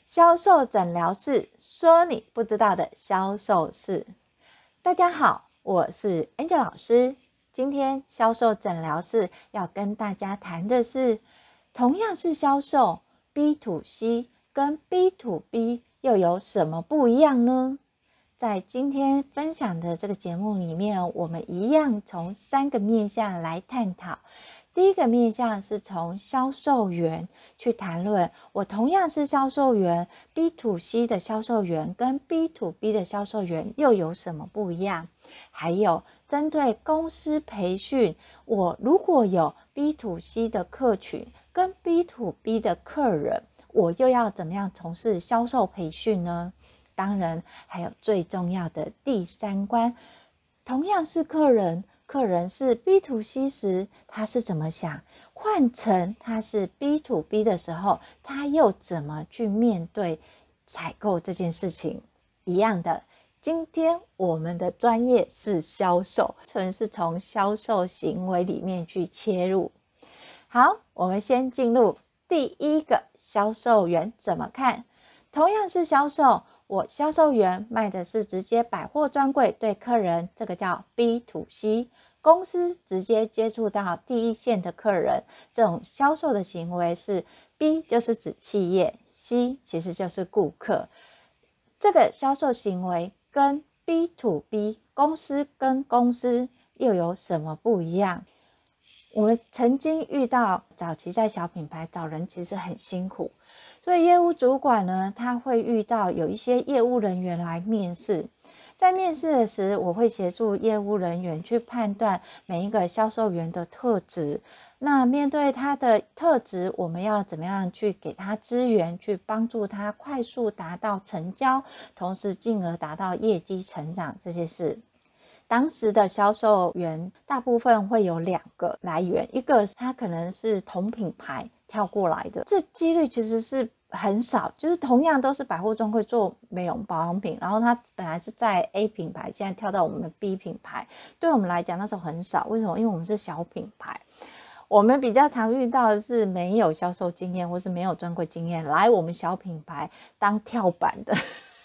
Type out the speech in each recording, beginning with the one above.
销售诊疗室，说你不知道的销售事。大家好，我是 Angel 老师。今天销售诊疗室要跟大家谈的是，同样是销售 B to C 跟 B to B 又有什么不一样呢？在今天分享的这个节目里面，我们一样从3个面向来探讨。第一个面向是从销售员去谈论，我同样是销售员 B to C 的销售员跟 B to B 的销售员又有什么不一样？还有针对公司培训，我如果有 B to C 的客群跟 B to B 的客人，我又要怎么样从事销售培训呢？当然还有最重要的第3关，同样是客人是 B to C 时，他是怎么想？换成他是 B to B 的时候，他又怎么去面对采购这件事情？一样的，今天我们的专业是销售，纯是从销售行为里面去切入。好，我们先进入第一个，销售员怎么看？同样是销售，我销售员卖的是直接百货专柜对客人，这个叫 B to C。公司直接接触到第一线的客人，这种销售的行为是 B 就是指企业， C 其实就是顾客。这个销售行为跟 B to B 公司跟公司又有什么不一样？我们曾经遇到早期在小品牌找人其实很辛苦，所以业务主管呢，他会遇到有一些业务人员来面试。在面试的时，我会协助业务人员去判断每一个销售员的特质。那面对他的特质，我们要怎么样去给他资源，去帮助他快速达到成交，同时进而达到业绩成长这些事。当时的销售员大部分会有2个来源，一个他可能是同品牌跳过来的，这几率其实是很少，就是同样都是百货专柜做美容保养品，然后他本来是在 A 品牌，现在跳到我们的 B 品牌，对我们来讲那时候很少。为什么？因为我们是小品牌，我们比较常遇到的是没有销售经验或是没有专柜经验来我们小品牌当跳板的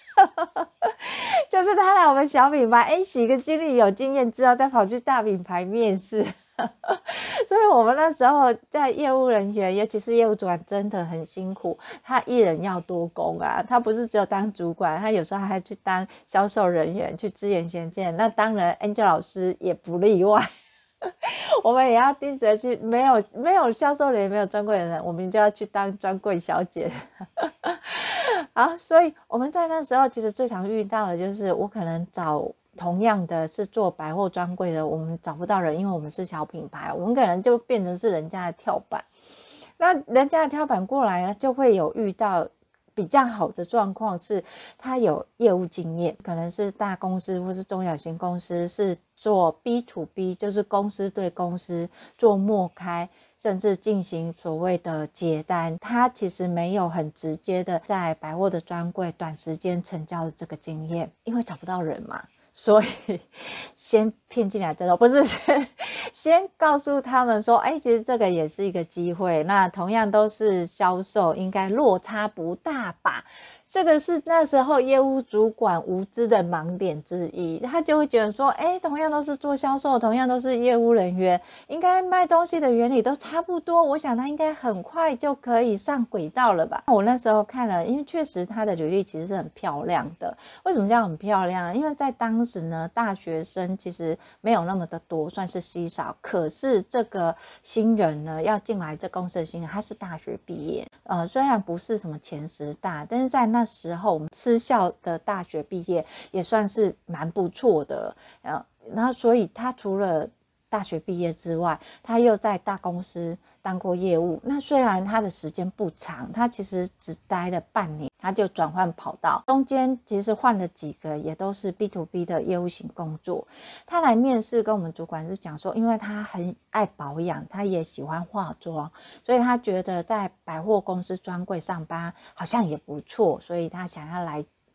就是他来我们小品牌，洗个经理有经验之后再跑去大品牌面试所以我们那时候在业务人员，尤其是业务主管真的很辛苦，他一人要多工啊，他不是只有当主管，他有时候还去当销售人员去支援前线，那当然 Angel 老师也不例外我们也要定时去，没有销售人员，没有专柜的人，我们就要去当专柜小姐好，所以我们在那时候其实最常遇到的就是我可能找同样的是做百货专柜的，我们找不到人，因为我们是小品牌，我们可能就变成是人家的跳板。那人家的跳板过来呢，就会有遇到比较好的状况是他有业务经验，可能是大公司或是中小型公司是做 B to B， 就是公司对公司做陌开，甚至进行所谓的接单，他其实没有很直接的在百货的专柜短时间成交的这个经验，因为找不到人嘛，所以先骗进来这种，不是先告诉他们说，其实这个也是一个机会，那同样都是销售，应该落差不大吧。这个是那时候业务主管无知的盲点之一，他就会觉得说，同样都是做销售，同样都是业务人员，应该卖东西的原理都差不多，我想他应该很快就可以上轨道了吧。我那时候看了，因为确实他的履历其实是很漂亮的。为什么叫很漂亮？因为在当时呢，大学生其实没有那么的多，算是稀少，可是这个新人呢，要进来这公司的新人，他是大学毕业，虽然不是什么前10大，但是在那时候我们私校的大学毕业也算是蛮不错的，然后所以他除了大学毕业之外，他又在大公司当过业务，那虽然他的时间不长，他其实只待了半年，他就转换跑道，中间其实换了几个也都是 B to B 的业务型工作。他来面试跟我们主管是讲说，因为他很爱保养，他也喜欢化妆，所以他觉得在百货公司专柜上班好像也不错，所以他想要来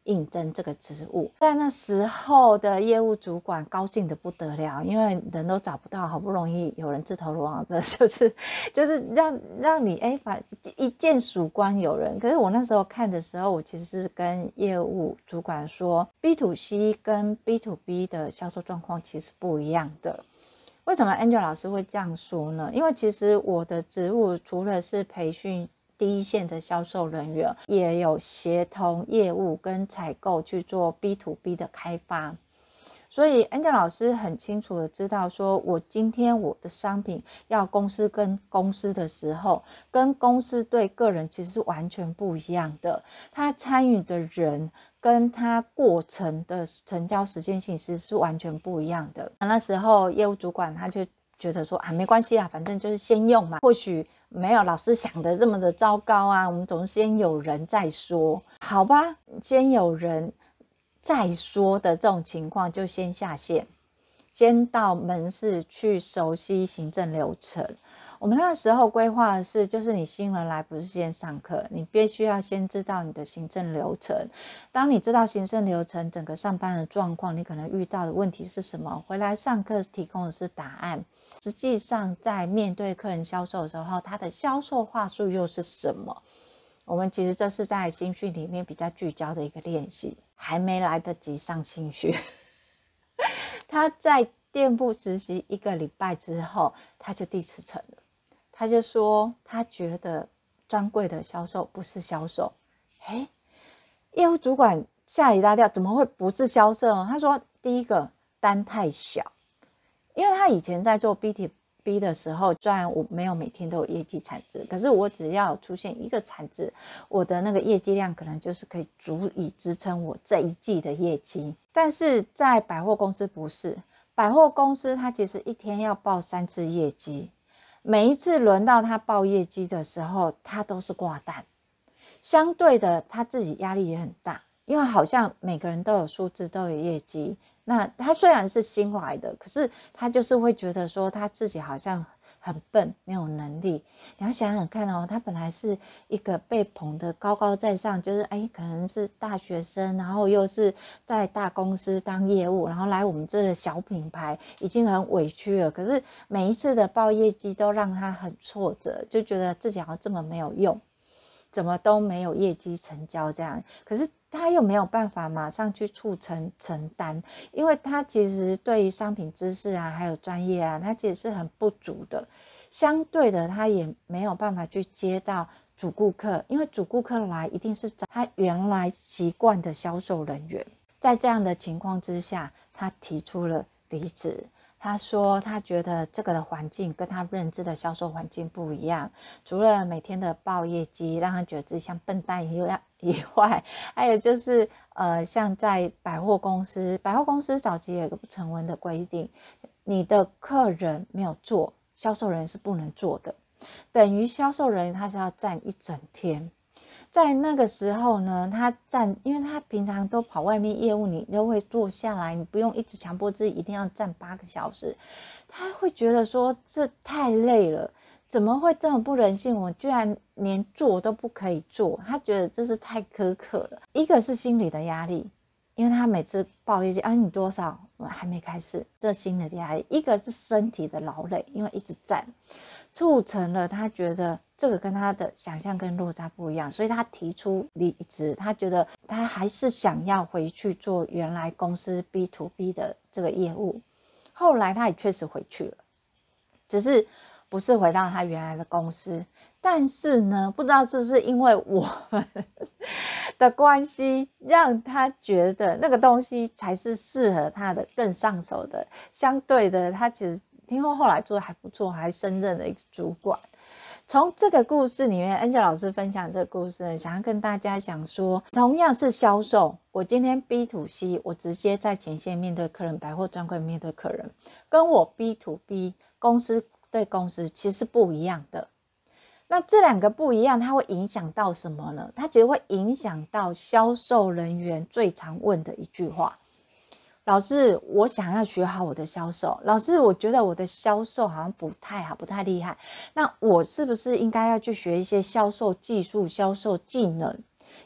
应征这个职务。在那时候的业务主管高兴得不得了，因为人都找不到，好不容易有人自投罗网的，就是让你一键曙光有人。可是我那时候看的时候，我其实是跟业务主管说 B to C 跟 B to B 的销售状况其实不一样的。为什么 Angel 老师会这样说呢？因为其实我的职务除了是培训第一线的销售人员，也有协同业务跟采购去做 B to B 的开发。所以 Angel 老师很清楚的知道说，我今天我的商品要公司跟公司的时候，跟公司对个人其实是完全不一样的。他参与的人跟他过程的成交实现性其实是完全不一样的。那时候业务主管他就觉得说没关系啊，反正就是先用嘛，或许没有老师想的这么的糟糕啊，我们总是先有人再说，好吧，先有人再说的这种情况就先下线，先到门市去熟悉行政流程。我们那时候规划的是，就是你新人来不是先上课，你必须要先知道你的行政流程。当你知道行政流程整个上班的状况，你可能遇到的问题是什么，回来上课提供的是答案。实际上在面对客人销售的时候，他的销售话术又是什么？我们其实这是在新训里面比较聚焦的一个练习。还没来得及上新训他在店铺实习1个礼拜之后，他就递辞呈了。他就说他觉得专柜的销售不是销售。业务主管吓一大跳，怎么会不是销售呢？他说第一个单太小，因为他以前在做 B的时候，虽然我没有每天都有业绩产值，可是我只要出现一个产值，我的那个业绩量可能就是可以足以支撑我这一季的业绩。但是在百货公司不是，百货公司它其实一天要报3次业绩，每一次轮到他报业绩的时候，他都是挂单，相对的他自己压力也很大，因为好像每个人都有数字，都有业绩。那他虽然是新来的，可是他就是会觉得说他自己好像很笨，没有能力。你要想想看哦，他本来是一个被捧得高高在上，就是可能是大学生，然后又是在大公司当业务，然后来我们这个小品牌已经很委屈了。可是每一次的报业绩都让他很挫折，就觉得自己好像这么没有用，怎么都没有业绩成交这样。可是他又没有办法马上去促成承担，因为他其实对于商品知识啊还有专业啊，他其实是很不足的。相对的他也没有办法去接到主顾客，因为主顾客来一定是他原来习惯的销售人员。在这样的情况之下，他提出了离职。他说他觉得这个的环境跟他认知的销售环境不一样，除了每天的报业绩让他觉得自己像笨蛋以外，还有就是像在百货公司早期有一个不成文的规定，你的客人没有做，销售人员是不能做的，等于销售人员他是要站一整天。在那个时候呢，因为他平常都跑外面业务，你就会坐下来，你不用一直强迫自己一定要站8个小时。他会觉得说这太累了，怎么会这么不人性，我居然连做都不可以做。他觉得这是太苛刻了。一个是心理的压力，因为他每次报业绩你多少，我还没开始，这心理的压力。一个是身体的劳累，因为一直站，促成了他觉得这个跟他的想象跟落差不一样，所以他提出离职。他觉得他还是想要回去做原来公司 B to B 的这个业务。后来他也确实回去了，只是不是回到他原来的公司。但是呢，不知道是不是因为我们的关系，让他觉得那个东西才是适合他的，更上手的。相对的，他其实听说后来做的还不错，还升任了一个主管。从这个故事里面 Angel 老师分享这个故事，想要跟大家讲说，同样是销售，我今天 B to C， 我直接在前线面对客人，百货专柜面对客人，跟我 B to B 公司对公司其实不一样的。那这两个不一样，它会影响到什么呢？它其实会影响到销售人员最常问的一句话：老师，我想要学好我的销售。老师，我觉得我的销售好像不太好，不太厉害。那我是不是应该要去学一些销售技术、销售技能？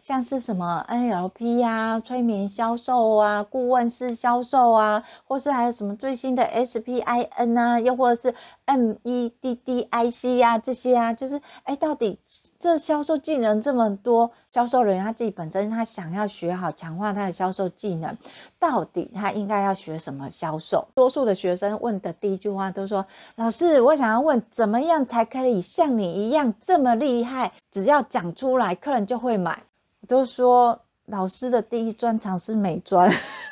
像是什么 NLP 啊、催眠销售啊、顾问式销售啊，或是还有什么最新的 SPIN 啊，又或者是 MEDDIC 啊这些啊，就是到底这销售技能这么多，销售人员他自己本身他想要学好强化他的销售技能，到底他应该要学什么销售？多数的学生问的第一句话都说，老师，我想要问怎么样才可以像你一样这么厉害，只要讲出来客人就会买。我都说老师的第一专长是美专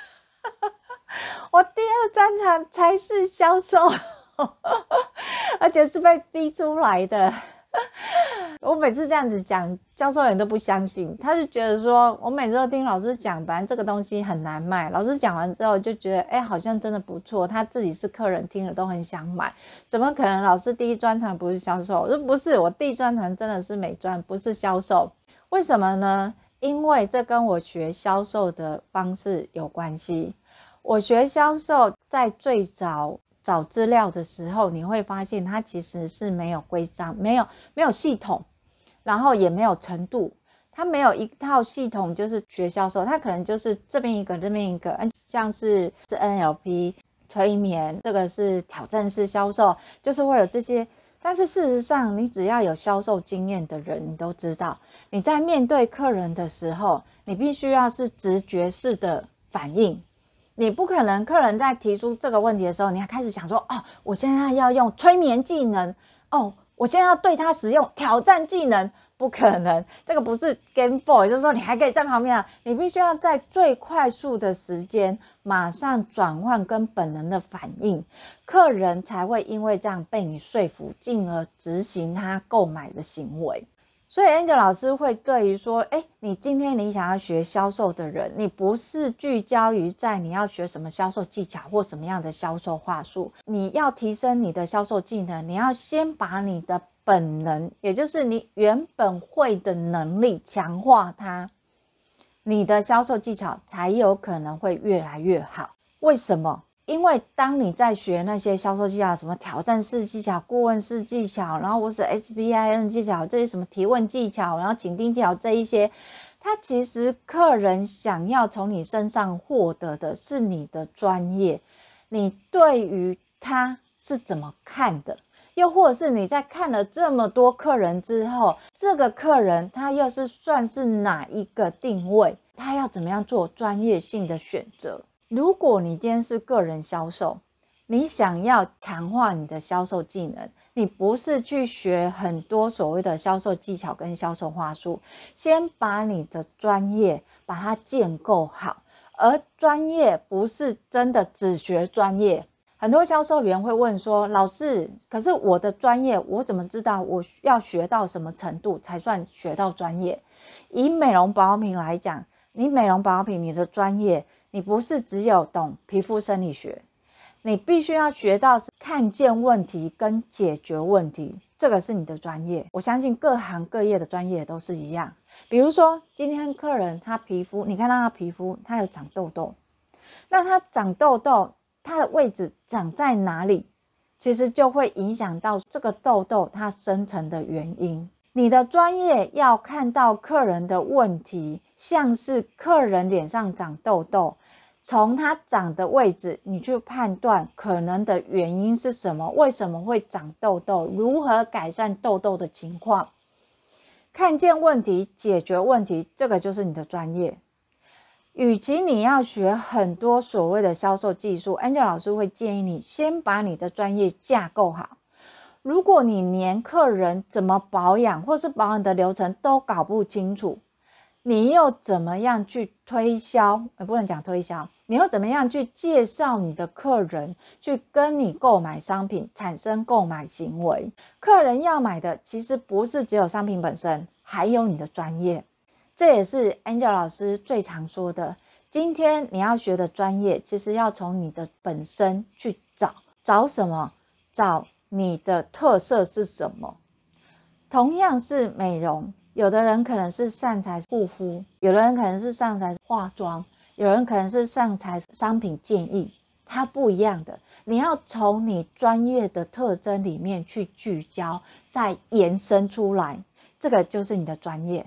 我第二专长才是销售而且是被逼出来的我每次这样子讲，销售人都不相信，他就觉得说我每次都听老师讲，反正这个东西很难卖，老师讲完之后就觉得好像真的不错，他自己是客人听了都很想买，怎么可能老师第一专长不是销售？我说不是，我第一专长真的是美专，不是销售。为什么呢？因为这跟我学销售的方式有关系。我学销售在最早找资料的时候，你会发现它其实是没有规章，没有系统，然后也没有程度，它没有一套系统就是学销售，它可能就是这边一个这边一个，像是 NLP 催眠，这个是挑战式销售，就是会有这些。但是事实上你只要有销售经验的人，你都知道你在面对客人的时候，你必须要是直觉式的反应，你不可能客人在提出这个问题的时候，你还开始想说我现在要用催眠技能，我现在要对他使用挑战技能，不可能，这个不是 Game Boy， 就是说你还可以在旁边你必须要在最快速的时间马上转换跟本能的反应，客人才会因为这样被你说服，进而执行他购买的行为。所以 Angel 老师会对于说你今天你想要学销售的人，你不是聚焦于在你要学什么销售技巧或什么样的销售话术，你要提升你的销售技能，你要先把你的本能，也就是你原本会的能力强化它，你的销售技巧才有可能会越来越好。为什么？因为当你在学那些销售技巧，什么挑战式技巧、顾问式技巧，然后或是 SPIN 技巧，这些什么提问技巧，然后紧盯技巧，这一些，它其实客人想要从你身上获得的是你的专业，你对于他是怎么看的，又或者是你在看了这么多客人之后，这个客人他又是算是哪一个定位，他要怎么样做专业性的选择。如果你今天是个人销售，你想要强化你的销售技能，你不是去学很多所谓的销售技巧跟销售话术，先把你的专业把它建构好，而专业不是真的只学专业。很多销售员会问说，老师，可是我的专业我怎么知道我要学到什么程度才算学到专业？以美容保养品来讲，你美容保养品你的专业，你不是只有懂皮肤生理学，你必须要学到看见问题跟解决问题，这个是你的专业。我相信各行各业的专业都是一样。比如说今天客人他皮肤，你看到他皮肤他有长痘痘，那他长痘痘它的位置长在哪里，其实就会影响到这个痘痘它生成的原因。你的专业要看到客人的问题，像是客人脸上长痘痘，从他长的位置你去判断可能的原因是什么，为什么会长痘痘，如何改善痘痘的情况，看见问题解决问题，这个就是你的专业。与其你要学很多所谓的销售技术， Angel 老师会建议你先把你的专业架构好。如果你连客人怎么保养或是保养的流程都搞不清楚，你又怎么样去推销，不能讲推销，你又怎么样去介绍你的客人去跟你购买商品，产生购买行为。客人要买的其实不是只有商品本身，还有你的专业。这也是 Angel 老师最常说的，今天你要学的专业，其实要从你的本身去找什么？找你的特色是什么？同样是美容，有的人可能是善财护肤，有的人可能是善财化妆，有人可能是善财商品建议，它不一样的。你要从你专业的特征里面去聚焦，再延伸出来，这个就是你的专业。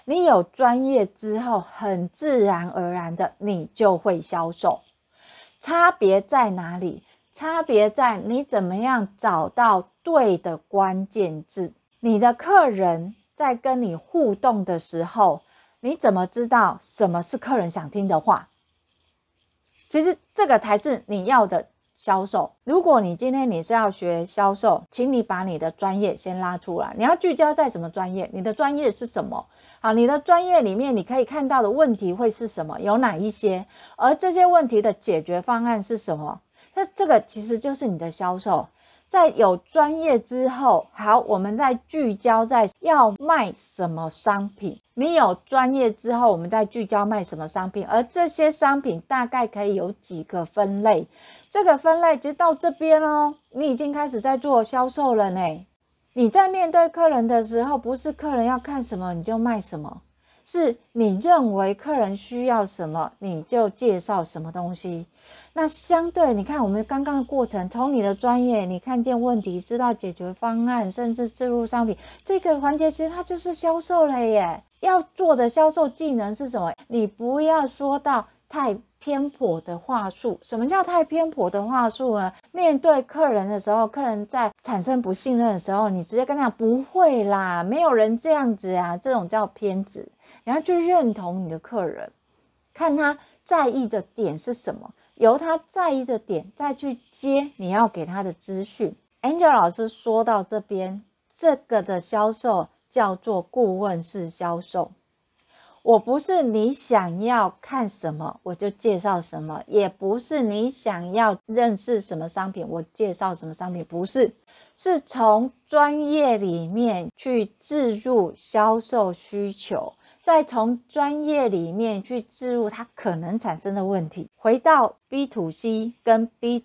你有专业之后，很自然而然的你就会销售。差别在哪里？差别在你怎么样找到对的关键字。你的客人在跟你互动的时候，你怎么知道什么是客人想听的话？其实这个才是你要的销售。如果你今天你是要学销售，请你把你的专业先拉出来。你要聚焦在什么专业？你的专业是什么？好，你的专业里面你可以看到的问题会是什么？有哪一些？而这些问题的解决方案是什么？那这个其实就是你的销售。在有专业之后，好，我们再聚焦在要卖什么商品。你有专业之后，我们再聚焦卖什么商品，而这些商品大概可以有几个分类。这个分类其实到这边哦，你已经开始在做销售了呢。你在面对客人的时候，不是客人要看什么你就卖什么，是你认为客人需要什么，你就介绍什么东西。那相对你看我们刚刚的过程，从你的专业，你看见问题，知道解决方案，甚至置入商品，这个环节其实它就是销售了耶。要做的销售技能是什么？你不要说到太偏颇的话术。什么叫太偏颇的话术呢？面对客人的时候，客人在产生不信任的时候，你直接跟他讲不会啦，没有人这样子啊，这种叫偏执。你要去认同你的客人，看他在意的点是什么，由他在意的点再去接你要给他的资讯。Angel 老师说到这边，这个的销售叫做顾问式销售。我不是你想要看什么我就介绍什么，也不是你想要认识什么商品我介绍什么商品，不是，是从专业里面去置入销售需求，再从专业里面去置入它可能产生的问题。回到 B2C 跟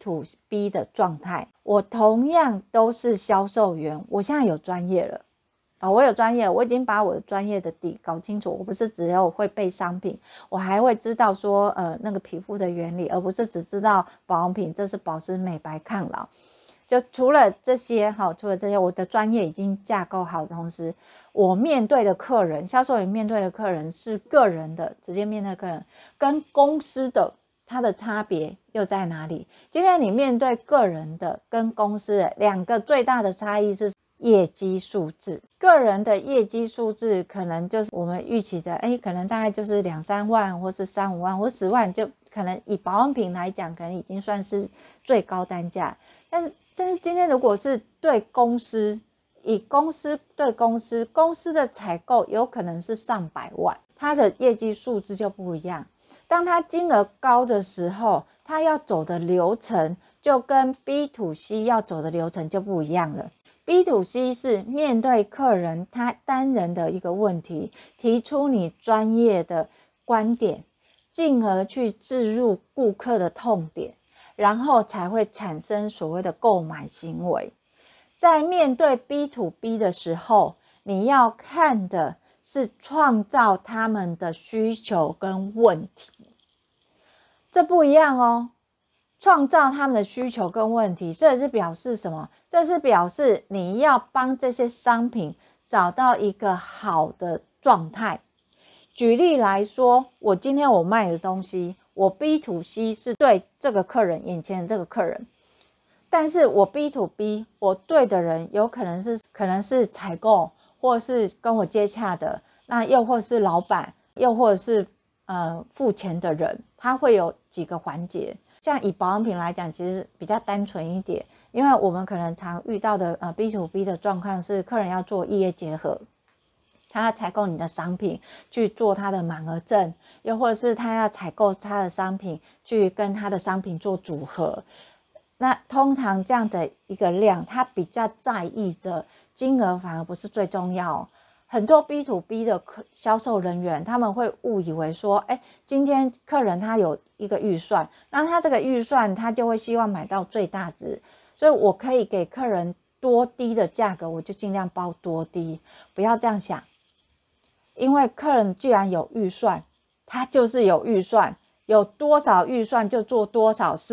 B2B 的状态，我同样都是销售员，我现在有专业了。我有专业，我已经把我的专业的底搞清楚。我不是只有会背商品，我还会知道说那个皮肤的原理，而不是只知道保养品，这是保湿、美白、抗老。就除了这些，我的专业已经架构好的同时，我面对的客人，销售员面对的客人是个人的，直接面对客人，跟公司的它的差别又在哪里？今天你面对个人的跟公司的两个最大的差异是业绩数字。个人的业绩数字可能就是我们预期的，可能大概就是2-3万或是3-5万或10万，就可能以保养品来讲，可能已经算是最高单价。但是今天如果是对公司，以公司对公司，公司的采购有可能是上百万，它的业绩数字就不一样。当它金额高的时候，它要走的流程就跟 B2C 要走的流程就不一样了。B2C 是面对客人他单人的一个问题，提出你专业的观点，进而去置入顾客的痛点，然后才会产生所谓的购买行为。在面对 B2B 的时候，你要看的是创造他们的需求跟问题，这不一样哦。创造他们的需求跟问题，这是表示什么？这是表示你要帮这些商品找到一个好的状态。举例来说，我今天我卖的东西，我 B2C 是对这个客人，眼前的这个客人，但是我 B2B 我对的人有可能是采购，或是跟我接洽的，那又或是老板，又或者是付钱的人，他会有几个环节。像以保养品来讲，其实比较单纯一点，因为我们可能常遇到的B2B 的状况是客人要做异业结合，他要采购你的商品去做他的满额赠，又或者是他要采购他的商品去跟他的商品做组合。那通常这样的一个量，他比较在意的金额反而不是最重要。很多 B2B 的销售人员，他们会误以为说，今天客人他有一个预算，那他这个预算他就会希望买到最大值，所以我可以给客人多低的价格，我就尽量包多低。不要这样想，因为客人既然有预算，他就是有预算，有多少预算就做多少事。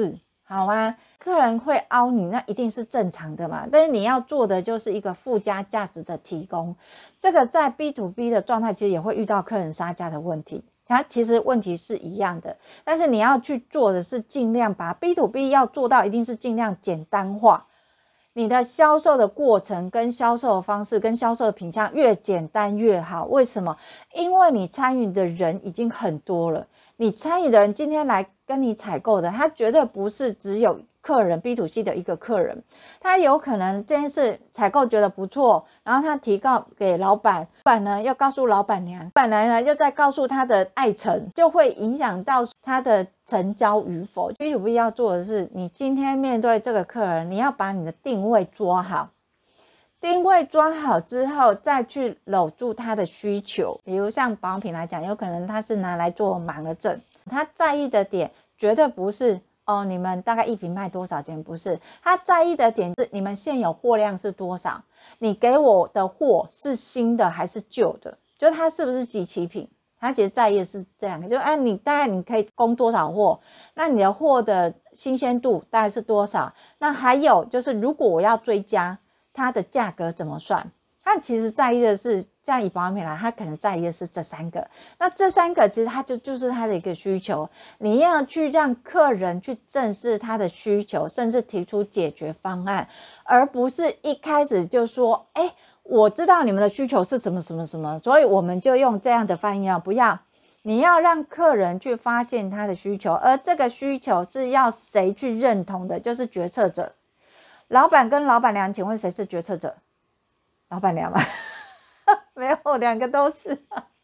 好啊，客人会凹你，那一定是正常的嘛。但是你要做的就是一个附加价值的提供。这个在 B to B 的状态，其实也会遇到客人杀价的问题。它其实问题是一样的，但是你要去做的是尽量把 B to B 要做到，一定是尽量简单化。你的销售的过程跟销售的方式跟销售的品项越简单越好。为什么？因为你参与的人已经很多了。你参与的人今天来跟你采购的，他绝对不是只有客人 B to C 的一个客人，他有可能这件事采购觉得不错，然后他提告给老板，老板呢又告诉老板娘，老板娘呢又再告诉他的爱臣，就会影响到他的成交与否。 B to B 要做的是，你今天面对这个客人，你要把你的定位抓好，定位抓好之后，再去搂住他的需求。比如像保养品来讲，有可能他是拿来做满额赠，他在意的点绝对不是哦，你们大概一瓶卖多少钱，不是，他在意的点是你们现有货量是多少，你给我的货是新的还是旧的，就他是不是即期品。他其实在意的是这样，就你大概你可以供多少货，那你的货的新鲜度大概是多少，那还有就是如果我要追加，它的价格怎么算。他其实在意的是，像以保养品来，他可能在意的是这3个。那这3个其实他就是他的一个需求，你要去让客人去正视他的需求，甚至提出解决方案，而不是一开始就说我知道你们的需求是什么什么什么，所以我们就用这样的翻译不要。你要让客人去发现他的需求，而这个需求是要谁去认同的，就是决策者。老板跟老板娘，请问谁是决策者？老板娘吗？没有，2个都是。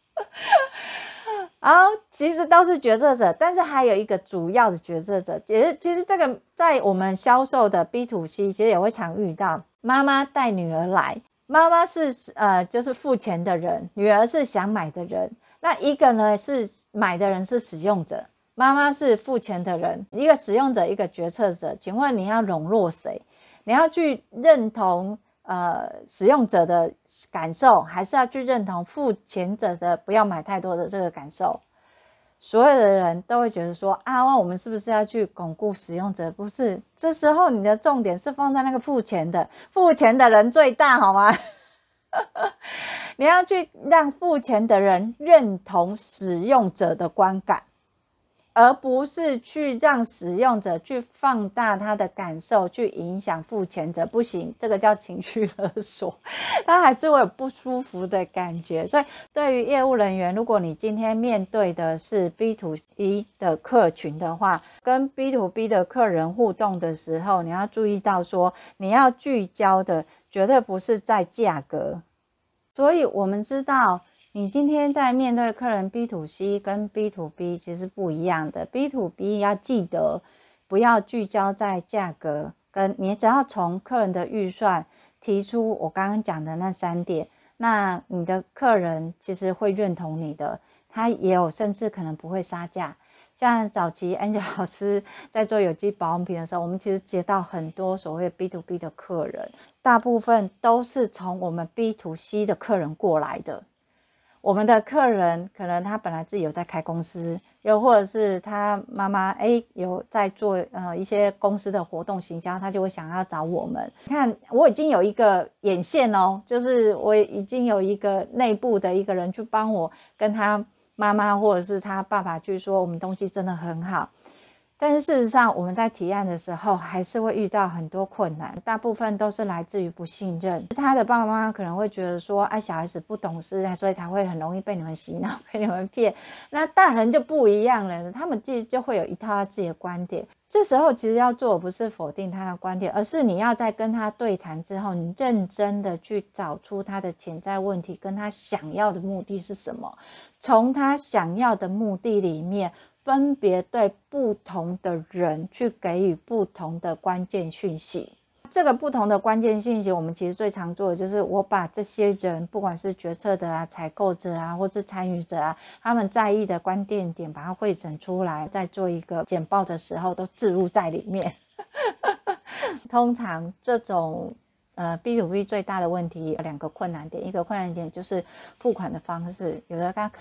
好，其实都是决策者，但是还有一个主要的决策者，其实这个在我们销售的 B to C 其实也会常遇到。妈妈带女儿来，妈妈是就是付钱的人，女儿是想买的人。那一个呢是买的人是使用者，妈妈是付钱的人，一个使用者，一个决策者。请问你要笼络谁？你要去认同使用者的感受，还是要去认同付钱者的不要买太多的这个感受？所有的人都会觉得说我们是不是要去巩固使用者？不是，这时候你的重点是放在那个付钱的人最大，好吗？你要去让付钱的人认同使用者的观感，而不是去让使用者去放大他的感受，去影响付钱者。不行，这个叫情绪勒索，他还是会有不舒服的感觉。所以对于业务人员，如果你今天面对的是 B to B 的客群的话，跟 B to B 的客人互动的时候，你要注意到说，你要聚焦的绝对不是在价格。所以我们知道，你今天在面对客人 B to C 跟 B to B 其实不一样的。B to B 要记得不要聚焦在价格，跟你只要从客人的预算提出我刚刚讲的那3点，那你的客人其实会认同你的，他也有甚至可能不会杀价。像早期 Angel 老师在做有机保养品的时候，我们其实接到很多所谓 B to B 的客人，大部分都是从我们 B to C 的客人过来的。我们的客人可能他本来自己有在开公司，又或者是他妈妈有在做一些公司的活动行销，他就会想要找我们。你看我已经有一个眼线就是我已经有一个内部的一个人去帮我跟他妈妈或者是他爸爸去说我们东西真的很好。但是事实上我们在提案的时候还是会遇到很多困难，大部分都是来自于不信任。他的爸爸妈妈可能会觉得说小孩子不懂事，所以才会很容易被你们洗脑，被你们骗。那大人就不一样了，他们其实就会有一套他自己的观点。这时候其实要做的不是否定他的观点，而是你要在跟他对谈之后，你认真的去找出他的潜在问题跟他想要的目的是什么，从他想要的目的里面分别对不同的人去给予不同的关键讯息。这个不同的关键信息，我们其实最常做的就是我把这些人，不管是决策的采购者或是参与者他们在意的关键点把它汇整出来，在做一个简报的时候都置入在里面。通常这种B to B 最大的问题有2个困难点，一个困难点就是付款的方式，有的他可能是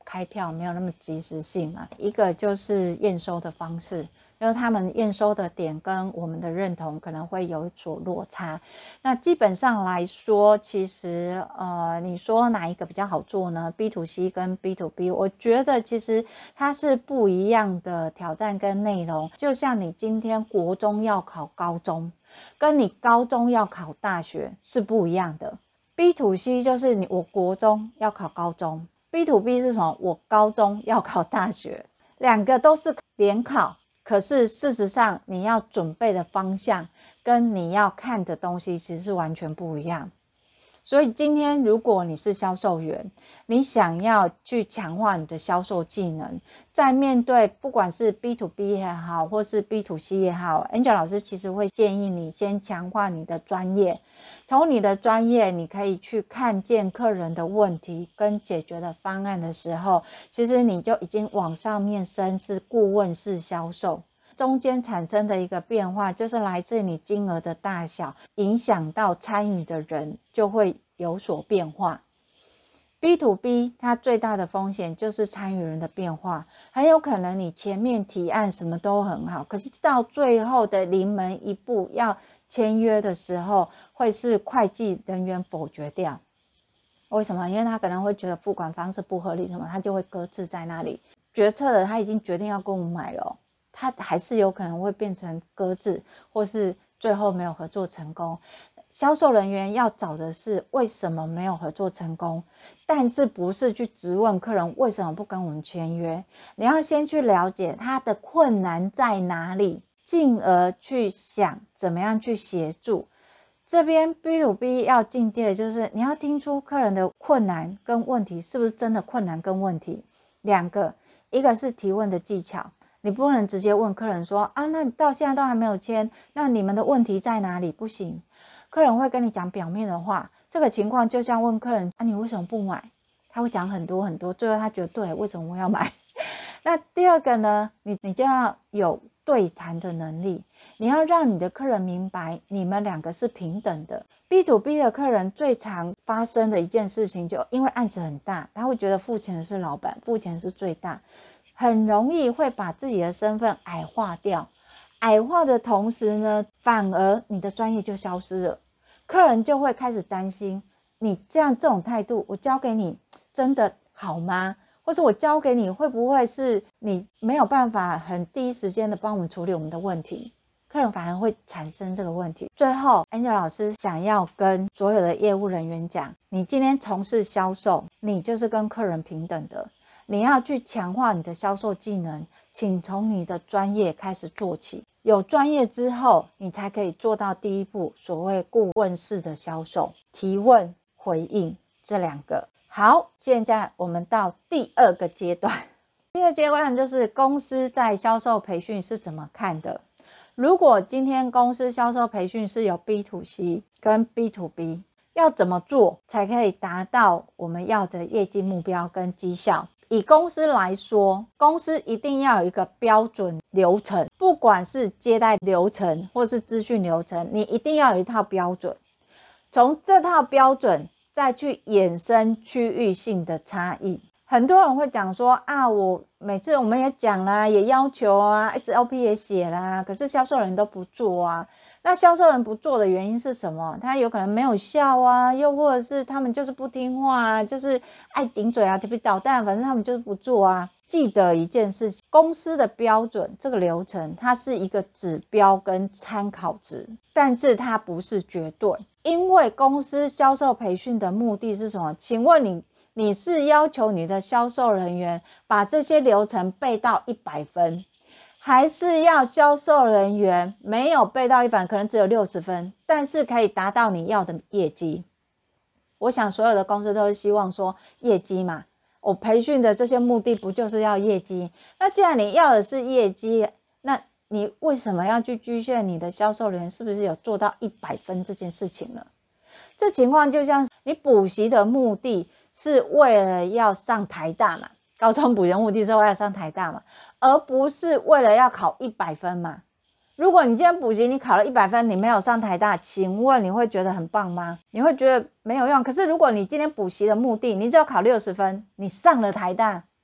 开票没有那么及时性嘛，一个就是验收的方式，因为他们验收的点跟我们的认同可能会有所落差。那基本上来说，其实你说哪一个比较好做呢？ B2C 跟 B2B， 我觉得其实它是不一样的挑战跟内容。就像你今天国中要考高中，跟你高中要考大学是不一样的。B2C 就是我国中要考高中， B2B 是什么？我高中要考大学，两个都是联考，可是事实上你要准备的方向跟你要看的东西其实是完全不一样。所以今天如果你是销售员，你想要去强化你的销售技能，在面对不管是 B2B 也好或是 B2C 也好， Angel 老师其实会建议你先强化你的专业。从你的专业你可以去看见客人的问题跟解决的方案的时候，其实你就已经往上面升，是顾问式销售。中间产生的一个变化就是来自你金额的大小，影响到参与的人就会有所变化。 B2B 它最大的风险就是参与人的变化，很有可能你前面提案什么都很好，可是到最后的临门一步要签约的时候，会是会计人员否决掉。为什么？因为他可能会觉得付款方式不合理什么，他就会搁置在那里。决策的他已经决定要跟我们买了，他还是有可能会变成搁置，或是最后没有合作成功。销售人员要找的是为什么没有合作成功，但是不是去质问客人为什么不跟我们签约。你要先去了解他的困难在哪里，进而去想怎么样去协助。这边 B2B 要进阶的就是你要听出客人的困难跟问题是不是真的困难跟问题。两个，一个是提问的技巧，你不能直接问客人说啊，那你到现在都还没有签，那你们的问题在哪里？不行，客人会跟你讲表面的话。这个情况就像问客人啊，你为什么不买？他会讲很多很多，最后他觉得对，为什么我要买？那第二个呢，你就要有对谈的能力，你要让你的客人明白你们两个是平等的。 B2B 的客人最常发生的一件事情，就因为案子很大，他会觉得付钱的是老板，付钱是最大，很容易会把自己的身份矮化掉。矮化的同时呢，反而你的专业就消失了，客人就会开始担心你这种态度，我交给你真的好吗？或是我交给你会不会是你没有办法很第一时间的帮我们处理我们的问题？客人反而会产生这个问题。最后 Angel 老师想要跟所有的业务人员讲，你今天从事销售，你就是跟客人平等的，你要去强化你的销售技能，请从你的专业开始做起。有专业之后，你才可以做到第一步，所谓顾问式的销售，提问回应这两个。好，现在我们到第二个阶段。第二个阶段就是公司在销售培训是怎么看的。如果今天公司销售培训是有 B2C 跟 B2B， 要怎么做才可以达到我们要的业绩目标跟绩效？以公司来说，公司一定要有一个标准流程，不管是接待流程或是资讯流程，你一定要有一套标准。从这套标准再去衍生区域性的差异。很多人会讲说啊，我每次我们也讲啦，也要求啊， SOP 也写啦，可是销售人都不做啊。那销售人不做的原因是什么？他有可能没有效啊，又或者是他们就是不听话啊，就是爱顶嘴啊，调皮捣蛋，反正他们就是不做啊。记得一件事情，公司的标准这个流程，它是一个指标跟参考值，但是它不是绝对。因为公司销售培训的目的是什么？请问你是要求你的销售人员把这些流程背到100分，还是要销售人员没有背到100分，可能只有60分，但是可以达到你要的业绩？我想所有的公司都是希望说业绩嘛，我培训的这些目的不就是要业绩？那既然你要的是业绩，那你为什么要去局限你的销售人员是不是有做到100分这件事情呢？这情况就像你补习的目的是为了要上台大嘛，高中补习的目的是为了上台大嘛，而不是为了要考100分嘛。如果你今天补习你考了100分，你没有上台大，请问你会觉得很棒吗？你会觉得没有用。可是如果你今天补习的目的你只要考60分，你上了台大，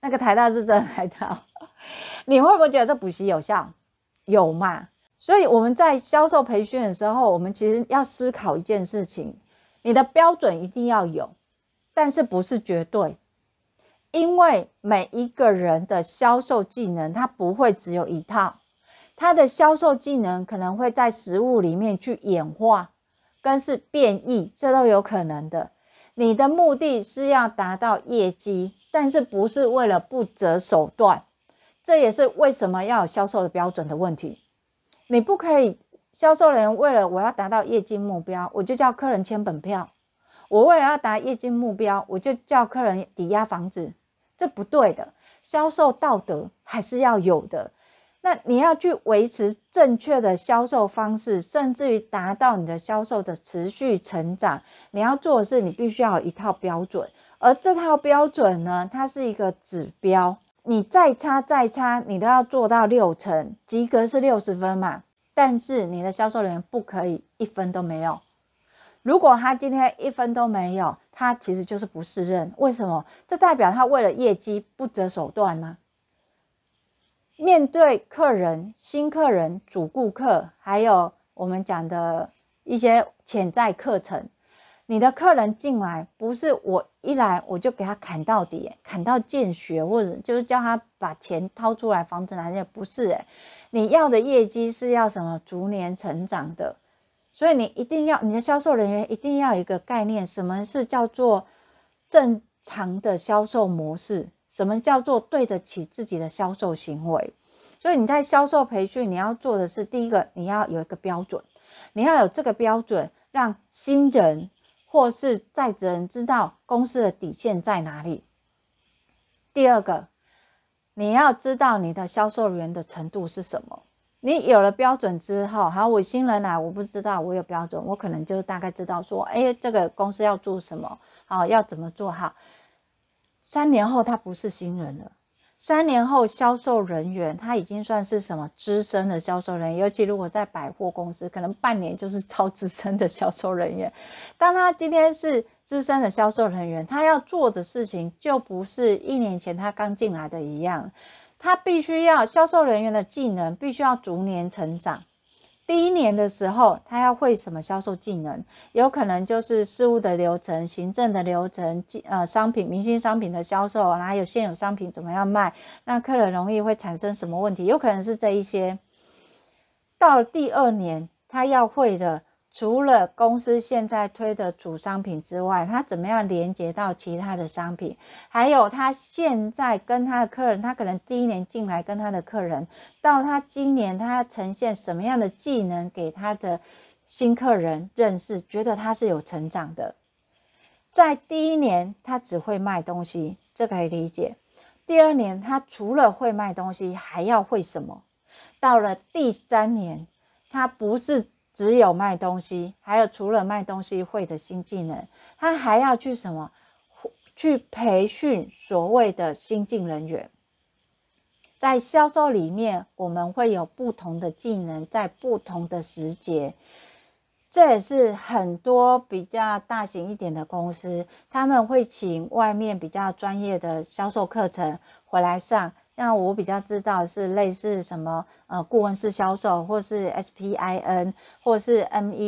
那个台大是真的台大。你会不会觉得这补习有效？有嘛？所以我们在销售培训的时候，我们其实要思考一件事情，你的标准一定要有，但是不是绝对，因为每一个人的销售技能他不会只有一套，他的销售技能可能会在实务里面去演化跟是变异，这都有可能的。你的目的是要达到业绩，但是不是为了不择手段，这也是为什么要有销售的标准的问题。你不可以销售人为了我要达到业绩目标，我就叫客人签本票，我为了要达业绩目标，我就叫客人抵押房子，这不对的。销售道德还是要有的，那你要去维持正确的销售方式，甚至于达到你的销售的持续成长，你要做的是你必须要有一套标准，而这套标准呢，它是一个指标，你再差你都要做到60%，及格是60分嘛，但是你的销售人员不可以1分都没有。如果他今天1分都没有，他其实就是不适任。为什么？这代表他为了业绩不择手段呢？面对客人、新客人、主顾客，还有我们讲的一些潜在课程，你的客人进来，不是我一来我就给他砍到底，砍到见血，或者就是叫他把钱掏出来，房子拿下，不是你要的业绩是要什么？逐年成长的。所以你一定要，你的销售人员一定要有一个概念，什么是叫做正常的销售模式，什么叫做对得起自己的销售行为。所以你在销售培训，你要做的是，第一个，你要有一个标准，你要有这个标准，让新人或是在职人知道公司的底线在哪里。第二个，你要知道你的销售员的程度是什么。你有了标准之后，好，我新人来，我不知道，我有标准，我可能就大概知道说，这个公司要做什么，好，要怎么做好。3年后他不是新人了，3年后销售人员他已经算是什么资深的销售人员，尤其如果在百货公司，可能半年就是超资深的销售人员。当他今天是资深的销售人员，他要做的事情就不是1年前他刚进来的一样，他必须要销售人员的技能必须要逐年成长。第1年的时候，他要会什么销售技能？有可能就是事务的流程、行政的流程、商品、明星商品的销售，然后还有现有商品怎么样卖，那客人容易会产生什么问题？有可能是这一些。到了第2年，他要会的，除了公司现在推的主商品之外，他怎么样连接到其他的商品？还有他现在跟他的客人，他可能第1年进来跟他的客人，到他今年他要呈现什么样的技能给他的新客人认识，觉得他是有成长的。在第1年他只会卖东西，这可以理解。第2年他除了会卖东西，还要会什么？到了第3年，他不是只有卖东西，还有除了卖东西会的新技能，他还要去什么？去培训所谓的新进人员。在销售里面，我们会有不同的技能，在不同的时节。这也是很多比较大型一点的公司，他们会请外面比较专业的销售课程回来上。像我比较知道是类似什么顾问式销售，或是 SPIN， 或是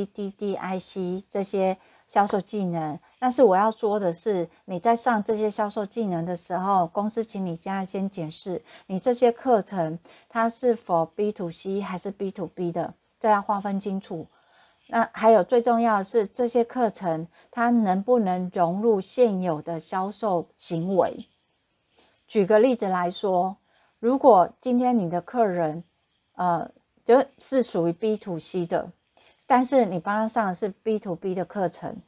MEDDIC 这些销售技能。但是我要说的是，你在上这些销售技能的时候，公司请你先检视你这些课程它是否 B to C 还是 B to B 的，这要划分清楚。那还有最重要的是，这些课程它能不能融入现有的销售行为。举个例子来说，如果今天你的客人就是属于 B to C 的，但是你帮他上的是 B to B 的课程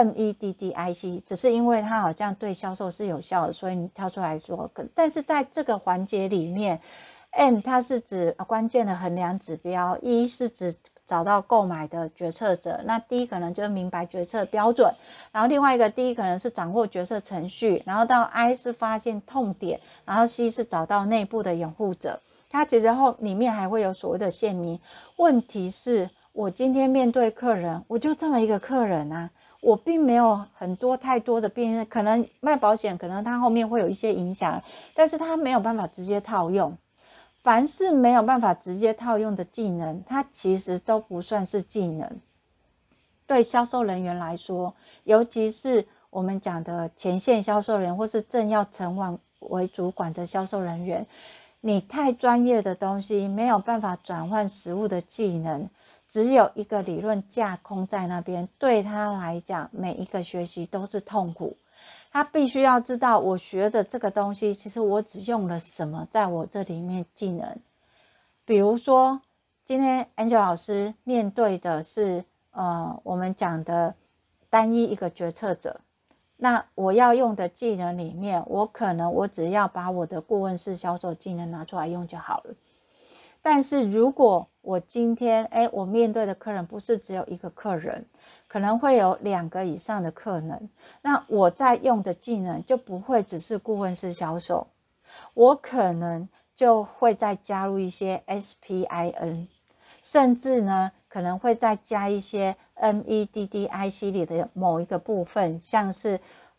MEDDIC， 只是因为他好像对销售是有效的，所以你挑出来说。但是在这个环节里面， M 它是指关键的衡量指标， E 是指找到购买的决策者，那 D 可能就是明白决策标准，然后另外一个 D 可能是掌握决策程序，然后到 I 是发现痛点，然后 C 是找到内部的拥护者。它其实里面还会有所谓的线迷。问题是我今天面对客人，我就这么一个客人啊， 我并没有太多的变现，可能卖保险，可能它后面会有一些影响，但是它没有办法直接套用。凡是没有办法直接套用的技能，它其实都不算是技能。对销售人员来说，尤其是我们讲的前线销售人员，或是正要成为主管的销售人员，你太专业的东西没有办法转换实务的技能，只有一个理论架空在那边，对他来讲，每一个学习都是痛苦。他必须要知道，我学的这个东西，其实我只用了什么在我这里面技能。比如说，今天 Angel 老师面对的是我们讲的单一一个决策者，那我要用的技能里面，我只要把我的顾问式销售技能拿出来用就好了。但是如果我今天我面对的客人不是只有一个客人，可能会有2个以上的客人，那我在用的技能就不会只是顾问式销售，我可能就会再加入一些 SPIN， 甚至呢可能会再加一些 MEDDIC 里的某一个部分，像是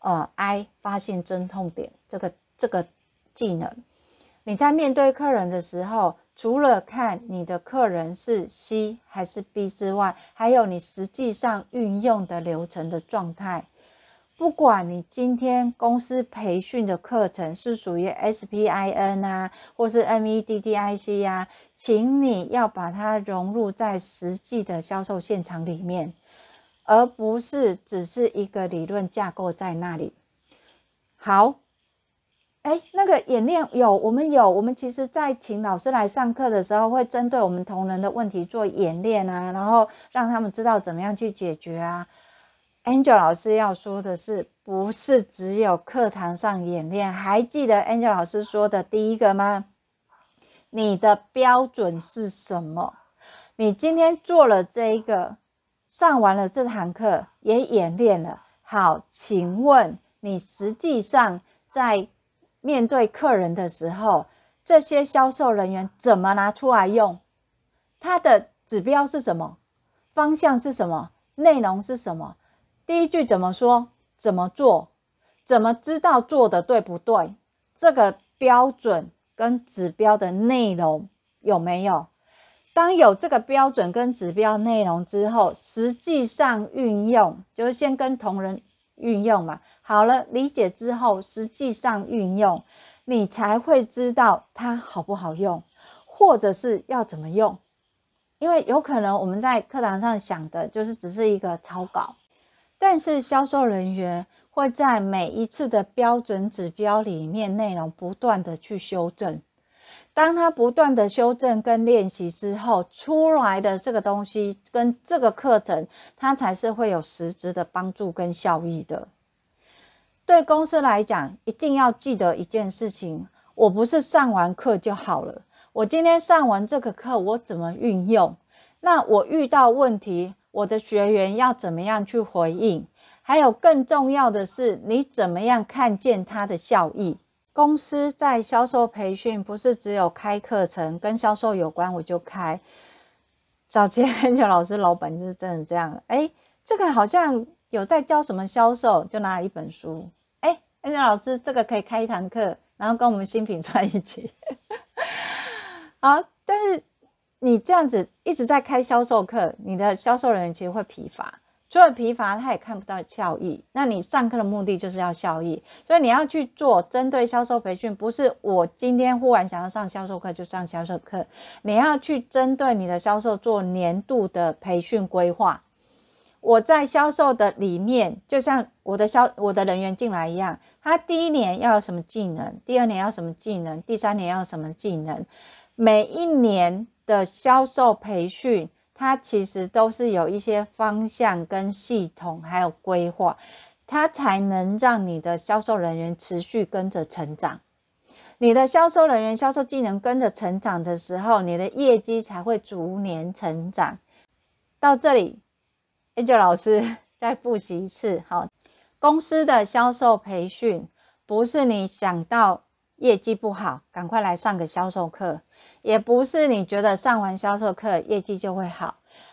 I 发现针痛点这个技能。你在面对客人的时候，除了看你的客人是 C 还是 B 之外，还有你实际上运用的流程的状态。不管你今天公司培训的课程是属于 SPIN 啊，或是 MEDDIC 啊，请你要把它融入在实际的销售现场里面，而不是只是一个理论架构在那里。好，那个演练我们其实在请老师来上课的时候，会针对我们同仁的问题做演练啊，然后让他们知道怎么样去解决啊。Angel 老师要说的是，不是只有课堂上演练，还记得 Angel 老师说的第一个吗？你的标准是什么？你今天做了这一个，上完了这堂课，也演练了，好，请问你实际上在面对客人的时候，这些销售人员怎么拿出来用？他的指标是什么？方向是什么？内容是什么？第一句怎么说？怎么做？怎么知道做的对不对？这个标准跟指标的内容有没有？当有这个标准跟指标内容之后，实际上运用，就是先跟同仁运用嘛。好了，理解之后，实际上运用，你才会知道它好不好用，或者是要怎么用。因为有可能我们在课堂上想的就是只是一个草稿，但是销售人员会在每一次的标准指标里面内容不断的去修正。当他不断的修正跟练习之后，出来的这个东西跟这个课程，它才是会有实质的帮助跟效益的。对公司来讲，一定要记得一件事情，我不是上完课就好了。我今天上完这个课，我怎么运用？那我遇到问题，我的学员要怎么样去回应？还有更重要的是，你怎么样看见它的效益？公司在销售培训不是只有开课程跟销售有关我就开。早期Angel老师老板就是真的这样，这个好像有在教什么销售，就拿了一本书。Angel老师这个可以开一堂课，然后跟我们新品串一起。好，但是你这样子一直在开销售课，你的销售人员其实会疲乏。除了疲乏，他也看不到效益。那你上课的目的就是要效益，所以你要去做针对销售培训，不是我今天忽然想要上销售课就上销售课，你要去针对你的销售做年度的培训规划。我在销售的里面，就像我的人员进来一样，他第一年要有什么技能，第二年要什么技能，第3年要什么技能，每一年的销售培训，它其实都是有一些方向跟系统还有规划，它才能让你的销售人员持续跟着成长。你的销售人员销售技能跟着成长的时候，你的业绩才会逐年成长。到这里Angel 老师再复习一次，好，公司的销售培训不是你想到业绩不好赶快来上个销售课，也不是你觉得上完销售课业绩就会好，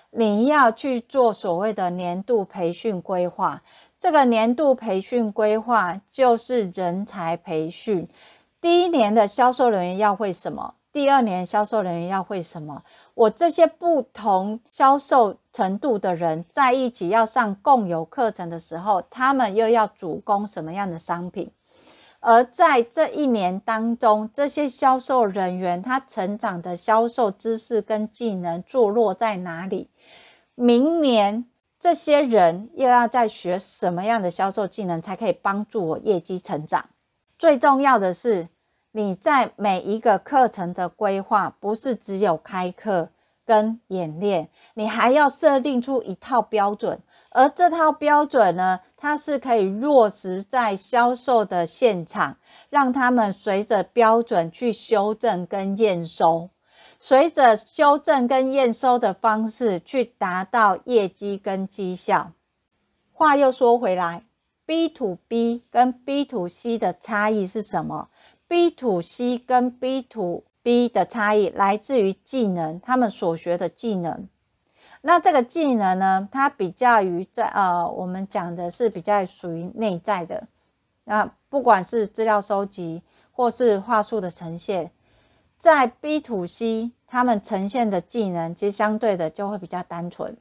你要去做所谓的年度培训规划。这个年度培训规划就是人才培训。第一年的销售人员要会什么？第二年销售人员要会什么？我这些不同销售程度的人在一起要上共有课程的时候，他们又要主攻什么样的商品？而在这一年当中，这些销售人员他成长的销售知识跟技能坐落在哪里？明年这些人又要再学什么样的销售技能才可以帮助我业绩成长？最重要的是，你在每一个课程的规划，不是只有开课跟演练，你还要设定出一套标准，而这套标准呢，它是可以落实在销售的现场，让他们随着标准去修正跟验收，随着修正跟验收的方式去达到业绩跟绩效。话又说回来， B to B 跟 B to C 的差异是什么？ B to C 跟 B to B 的差异来自于技能，他们所学的技能。那这个技能呢，它比较于我们讲的是比较属于内在的。那不管是资料收集或是话术的呈现，在 B to C 他们呈现的技能其实相对的就会比较单纯。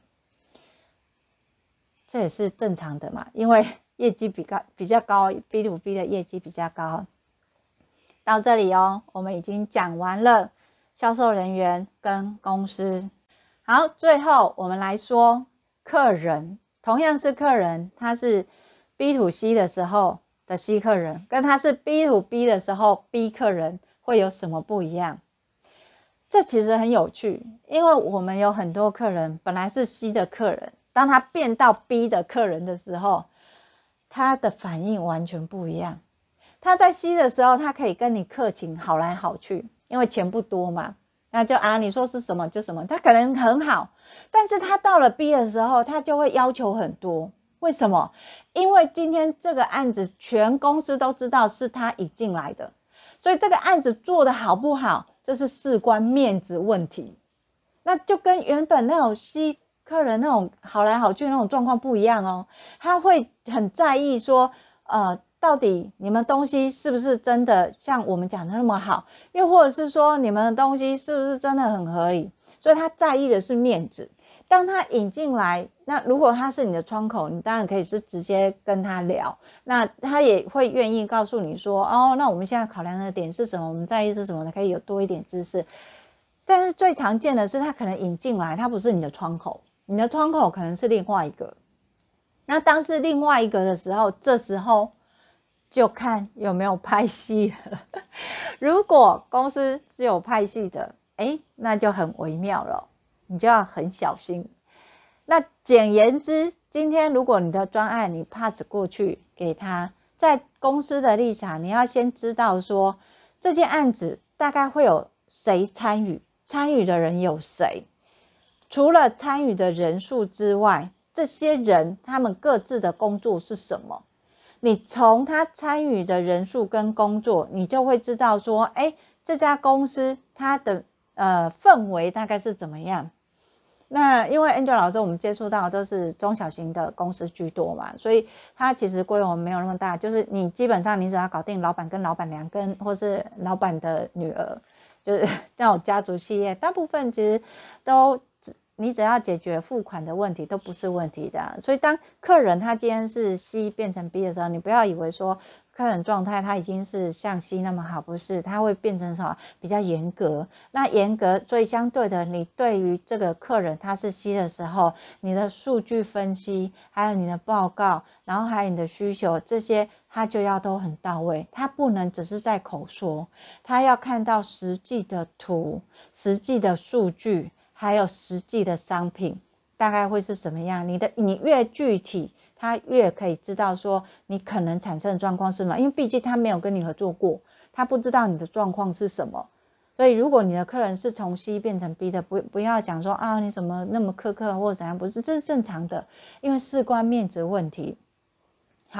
这也是正常的嘛，因为业绩比较高 ，B to B 的业绩比较高。到这里哦，我们已经讲完了销售人员跟公司。好，最后我们来说客人，同样是客人，他是 B to C 的时候的 C 客人，跟他是 B to B 的时候 B 客人会有什么不一样？这其实很有趣，因为我们有很多客人本来是 C 的客人，当他变到 B 的客人的时候，他的反应完全不一样。他在 C 的时候，他可以跟你客情好来好去，因为钱不多嘛，那就你说是什么就什么，他可能很好，但是他到了 B 的时候，他就会要求很多。为什么？因为今天这个案子全公司都知道是他引进来的，所以这个案子做得好不好，这是事关面子问题。那就跟原本那种 C 客人那种好来好去那种状况不一样哦，他会很在意说到底你们东西是不是真的像我们讲的那么好，又或者是说你们的东西是不是真的很合理，所以他在意的是面子。当他引进来，那如果他是你的窗口，你当然可以是直接跟他聊，那他也会愿意告诉你说那我们现在考量的点是什么，我们在意是什么，可以有多一点知识。但是最常见的是他可能引进来，他不是你的窗口，你的窗口可能是另外一个。那当是另外一个的时候，这时候就看有没有派系了。如果公司是有派系的，那就很微妙了，你就要很小心。那简言之，今天如果你的专案你 pass 过去给他，在公司的立场，你要先知道说这件案子大概会有谁参与，参与的人有谁，除了参与的人数之外，这些人他们各自的工作是什么？你从他参与的人数跟工作，你就会知道说，这家公司它的氛围大概是怎么样。那因为 Angel 老师我们接触到的都是中小型的公司居多嘛，所以它其实规模没有那么大，就是你基本上你只要搞定老板跟老板娘跟或是老板的女儿，就是那种家族企业，大部分其实都你只要解决付款的问题都不是问题的。所以当客人他今天是 C 变成 B 的时候，你不要以为说客人状态他已经是像 C 那么好，不是，他会变成什么比较严格。那严格，所以相对的，你对于这个客人他是 C 的时候，你的数据分析，还有你的报告，然后还有你的需求，这些他就要都很到位，他不能只是在口说，他要看到实际的图、实际的数据，还有实际的商品大概会是什么样。你越具体，他越可以知道说你可能产生的状况是什么，因为毕竟他没有跟你合作过，他不知道你的状况是什么。所以如果你的客人是从 C 变成 B 的，不要讲说你怎么那么苛刻或者怎样，不是，这是正常的，因为事关面子问题。好，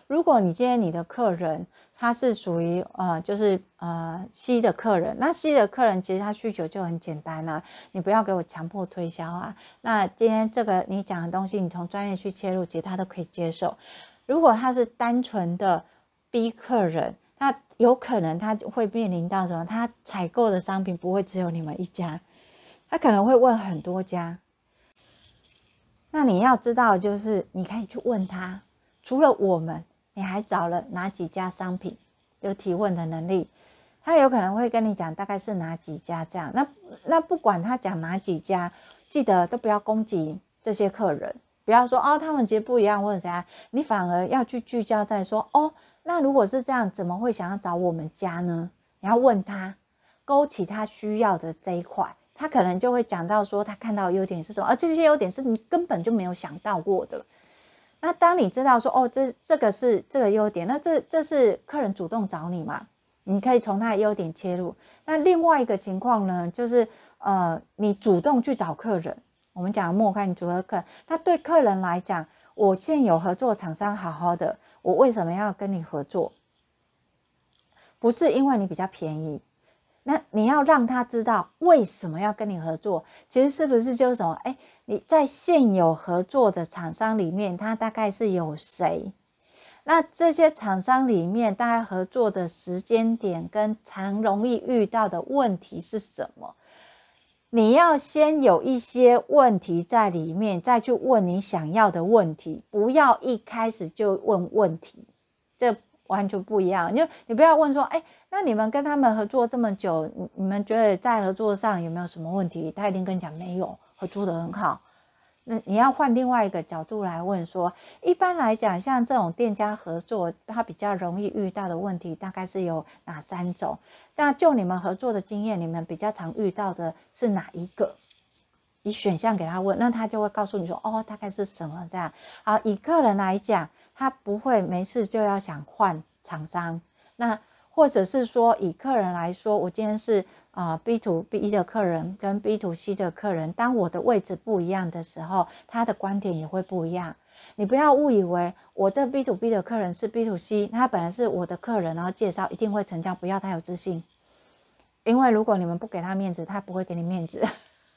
如果你今天你的客人他是属于就是C 的客人，那 C 的客人其实他需求就很简单啊，你不要给我强迫推销啊。那今天这个你讲的东西，你从专业去切入，其实他都可以接受。如果他是单纯的 B 客人，那有可能他会面临到什么？他采购的商品不会只有你们一家，他可能会问很多家。那你要知道，就是你可以去问他，除了我们，你还找了哪几家商品？有提问的能力，他有可能会跟你讲大概是哪几家这样。那不管他讲哪几家，记得都不要攻击这些客人，不要说他们其实不一样或者怎样，你反而要去聚焦在说那如果是这样，怎么会想要找我们家呢？你要问他，勾起他需要的这一块。他可能就会讲到说他看到的优点是什么，而这些优点是你根本就没有想到过的。那当你知道说这个是这个优点，那这是客人主动找你嘛，你可以从他的优点切入。那另外一个情况呢，就是你主动去找客人，我们讲默开你主动客人，那对客人来讲，我现有合作厂商好好的，我为什么要跟你合作？不是因为你比较便宜。那你要让他知道为什么要跟你合作，其实是不是就是什么？你在现有合作的厂商里面，他大概是有谁？那这些厂商里面，大概合作的时间点跟常容易遇到的问题是什么？你要先有一些问题在里面，再去问你想要的问题，不要一开始就问问题，这完全不一样。你不要问说，那你们跟他们合作这么久，你们觉得在合作上有没有什么问题？他一定跟你讲没有，合作得很好。那你要换另外一个角度来问说，一般来讲，像这种店家合作，它比较容易遇到的问题大概是有哪3种？那就你们合作的经验，你们比较常遇到的是哪一个？以选项给他问，那他就会告诉你说，大概是什么这样。好，以客人来讲，他不会没事就要想换厂商。那或者是说，以客人来说，我今天是B to B 的客人跟 B to C 的客人，当我的位置不一样的时候，他的观点也会不一样。你不要误以为我这 B to B 的客人是 B to C， 他本来是我的客人，然后介绍一定会成交，不要太有自信。因为如果你们不给他面子，他不会给你面子。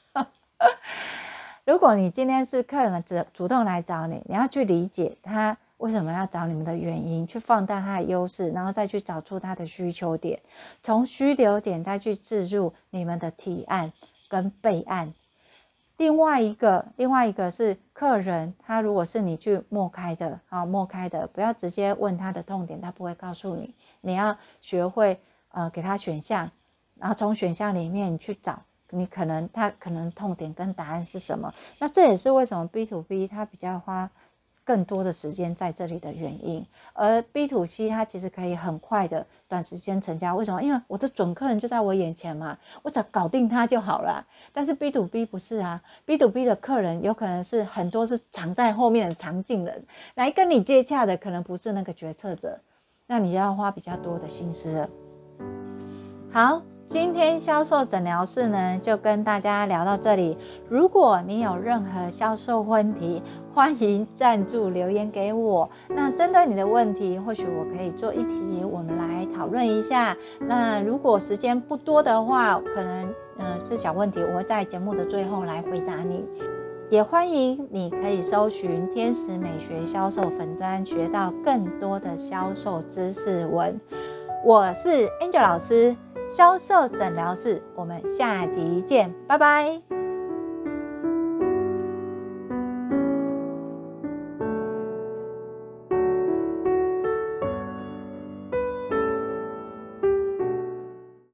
如果你今天是客人主动来找你，你要去理解他为什么要找你们的原因，去放大他的优势，然后再去找出他的需求点，从需求点再去置入你们的提案跟备案。另外一个是客人，他如果是你去默开的，不要直接问他的痛点，他不会告诉你，你要学会给他选项，然后从选项里面你去找他可能痛点跟答案是什么。那这也是为什么 B to B 它比较花更多的时间在这里的原因，而 B to C 它其实可以很快的短时间成交。为什么？因为我的准客人就在我眼前嘛，我只要搞定他就好了。但是 B to B 不是啊， B to B 的客人有可能是很多是藏在后面的藏镜人，来跟你接洽的可能不是那个决策者，那你要花比较多的心思了。好，今天销售诊疗室呢就跟大家聊到这里。如果你有任何销售问题，欢迎赞助留言给我。那针对你的问题，或许我可以做一题，我们来讨论一下。那如果时间不多的话，可能是小问题，我会在节目的最后来回答你。也欢迎你可以搜寻天使美学销售粉专，学到更多的销售知识文。我是 Angel 老师，销售诊疗室，我们下集见，拜拜。